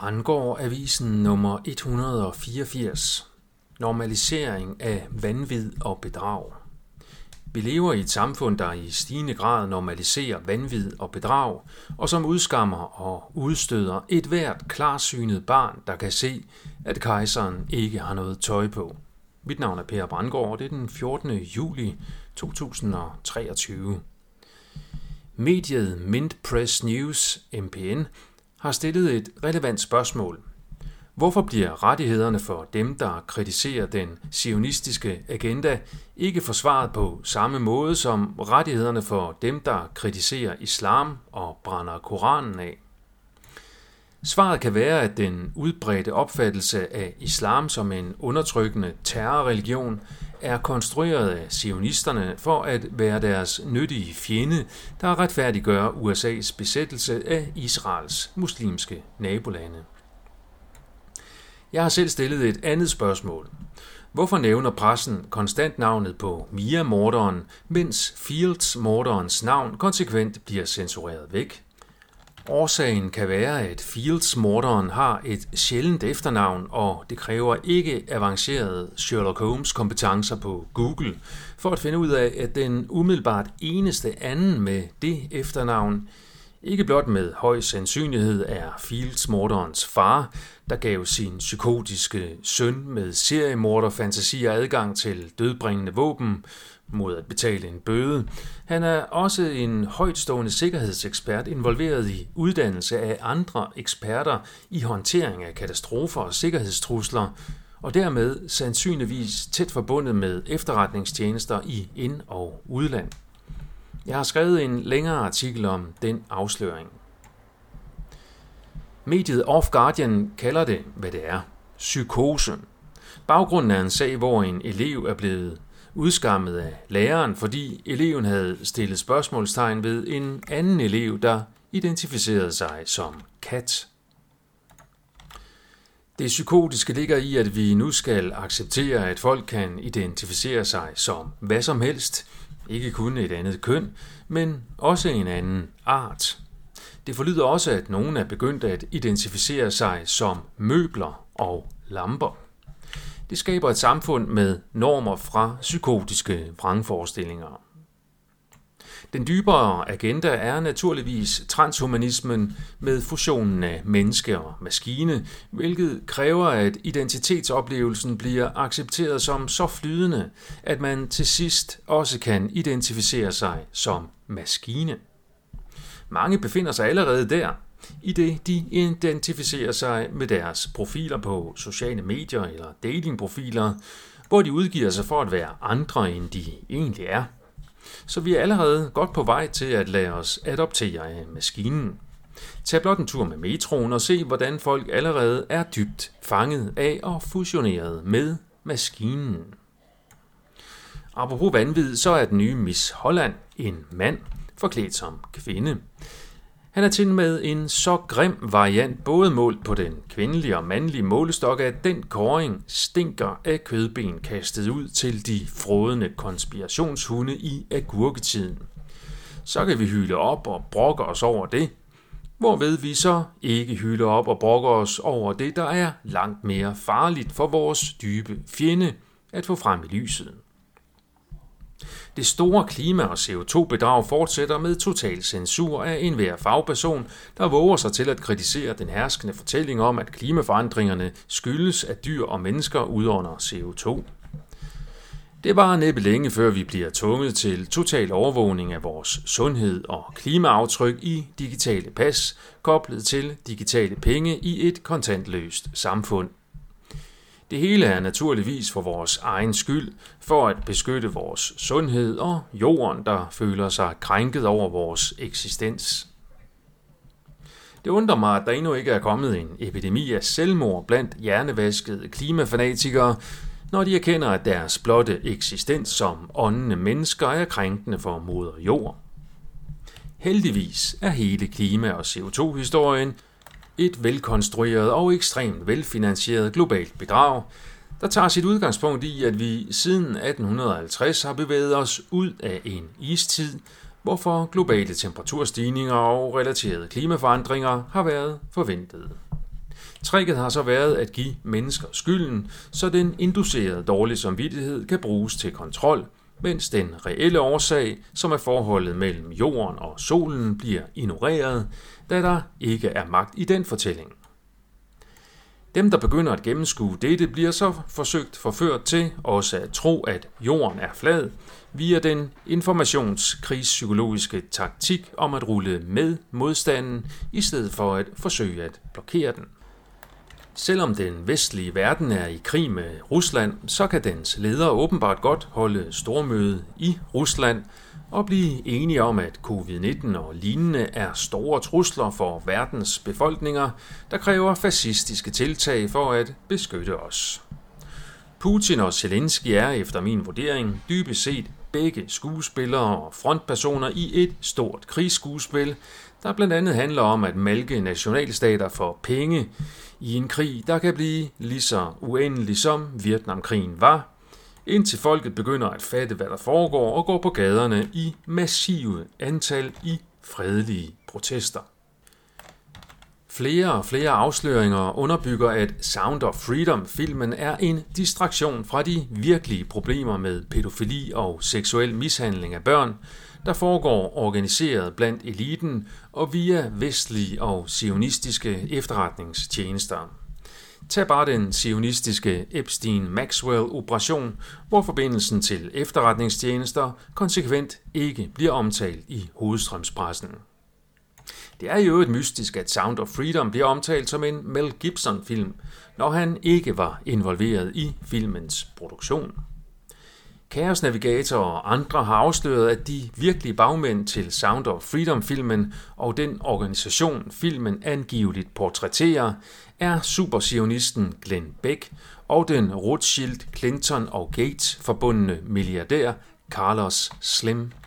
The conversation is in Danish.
Brandgård Avisen nummer 184. Normalisering af vanvid og bedrag. Vi lever i et samfund, der i stigende grad normaliserer vanvid og bedrag, og som udskammer og udstøder et hvert klarsynet barn, der kan se, at kejseren ikke har noget tøj på. Mit navn er Per Brandgård, og det er den 14. juli 2023. Mediet Mint Press News, MPN, har stillet et relevant spørgsmål. Hvorfor bliver rettighederne for dem, der kritiserer den zionistiske agenda, ikke forsvaret på samme måde som rettighederne for dem, der kritiserer islam og brænder Koranen af? Svaret kan være, at den udbredte opfattelse af islam som en undertrykkende terrorreligion er konstrueret af zionisterne for at være deres nyttige fjende, der retfærdiggør USA's besættelse af Israels muslimske nabolande. Jeg har selv stillet et andet spørgsmål. Hvorfor nævner pressen konstant navnet på Mia-morderen, mens Fields-morderens navn konsekvent bliver censureret væk? Årsagen kan være, at Fields-morderen har et sjældent efternavn, og det kræver ikke avancerede Sherlock Holmes-kompetencer på Google for at finde ud af, at den umiddelbart eneste anden med det efternavn ikke blot med høj sandsynlighed er Fields-morderens far, der gav sin psykotiske søn med seriemorderfantasier adgang til dødbringende våben mod at betale en bøde. Han er også en højtstående sikkerhedsekspert involveret i uddannelse af andre eksperter i håndtering af katastrofer og sikkerhedstrusler, og dermed sandsynligvis tæt forbundet med efterretningstjenester i ind- og udland. Jeg har skrevet en længere artikel om den afsløring. Mediet Off Guardian kalder det, hvad det er: psykose. Baggrunden er en sag, hvor en elev er blevet udskammet af læreren, fordi eleven havde stillet spørgsmålstegn ved en anden elev, der identificerede sig som kat. Det psykotiske ligger i, at vi nu skal acceptere, at folk kan identificere sig som hvad som helst, ikke kun et andet køn, men også en anden art. Det forlyder også, at nogen er begyndt at identificere sig som møbler og lamper. Det skaber et samfund med normer fra psykotiske vrangforestillinger. Den dybere agenda er naturligvis transhumanismen med fusionen af menneske og maskine, hvilket kræver, at identitetsoplevelsen bliver accepteret som så flydende, at man til sidst også kan identificere sig som maskine. Mange befinder sig allerede der, i det de identificerer sig med deres profiler på sociale medier eller datingprofiler, hvor de udgiver sig for at være andre, end de egentlig er. Så vi er allerede godt på vej til at lade os adoptere af maskinen. Tag blot en tur med metroen og se, hvordan folk allerede er dybt fanget af og fusioneret med maskinen. Apropos vanvid, så er den nye Miss Holland en mand, forklædt som kvinde. Han er til med en så grim variant, både målt på den kvindelige og mandlige målestok, at den kåring stinker af kødben kastet ud til de frådende konspirationshunde i agurketiden. Så kan vi hyle op og brokke os over det, hvorved vi så ikke hylder op og brokker os over det, der er langt mere farligt for vores dybe fjende at få frem i lyset. Det store klima- og CO2-bedrag fortsætter med total censur af enhver fagperson, der våger sig til at kritisere den herskende fortælling om, at klimaforandringerne skyldes, at dyr og mennesker udånder CO2. Det var næppe længe, før vi bliver tvunget til total overvågning af vores sundhed og klimaaftryk i digitale pas, koblet til digitale penge i et kontantløst samfund. Det hele er naturligvis for vores egen skyld, for at beskytte vores sundhed og jorden, der føler sig krænket over vores eksistens. Det undrer mig, at der endnu ikke er kommet en epidemi af selvmord blandt hjernevaskede klimafanatikere, når de erkender, at deres blotte eksistens som åndende mennesker er krænkende for moder jord. Heldigvis er hele klima- og CO2-historien et velkonstrueret og ekstremt velfinansieret globalt bedrag, der tager sit udgangspunkt i, at vi siden 1850 har bevæget os ud af en istid, hvorfor globale temperaturstigninger og relaterede klimaforandringer har været forventede. Tricket har så været at give mennesker skylden, så den inducerede dårlige samvittighed kan bruges til kontrol, mens den reelle årsag, som er forholdet mellem jorden og solen, bliver ignoreret, da der ikke er magt i den fortælling. Dem, der begynder at gennemskue dette, bliver så forsøgt forført til også at tro, at jorden er flad, via den informationskrigspsykologiske taktik om at rulle med modstanden, i stedet for at forsøge at blokere den. Selvom den vestlige verden er i krig med Rusland, så kan dens ledere åbenbart godt holde stormøde i Rusland og blive enige om, at covid-19 og lignende er store trusler for verdens befolkninger, der kræver fascistiske tiltag for at beskytte os. Putin og Zelensky er efter min vurdering dybest set begge skuespillere og frontpersoner i et stort krigsskuespil, der blandt andet handler om at malke nationalstater for penge i en krig, der kan blive lige så uendelig som Vietnamkrigen var, indtil folket begynder at fatte, hvad der foregår og går på gaderne i massive antal i fredelige protester. Flere og flere afsløringer underbygger, at Sound of Freedom-filmen er en distraktion fra de virkelige problemer med pædofili og seksuel mishandling af børn, der foregår organiseret blandt eliten og via vestlige og zionistiske efterretningstjenester. Tag bare den zionistiske Epstein-Maxwell-operation, hvor forbindelsen til efterretningstjenester konsekvent ikke bliver omtalt i hovedstrømspressen. Det er jo et mystisk, at Sound of Freedom bliver omtalt som en Mel Gibson-film, når han ikke var involveret i filmens produktion. Chaos Navigator og andre har afsløret, at de virkelige bagmænd til Sound of Freedom-filmen og den organisation, filmen angiveligt portrætterer, er supersionisten Glenn Beck og den Rothschild, Clinton og Gates forbundne milliardær Carlos Slim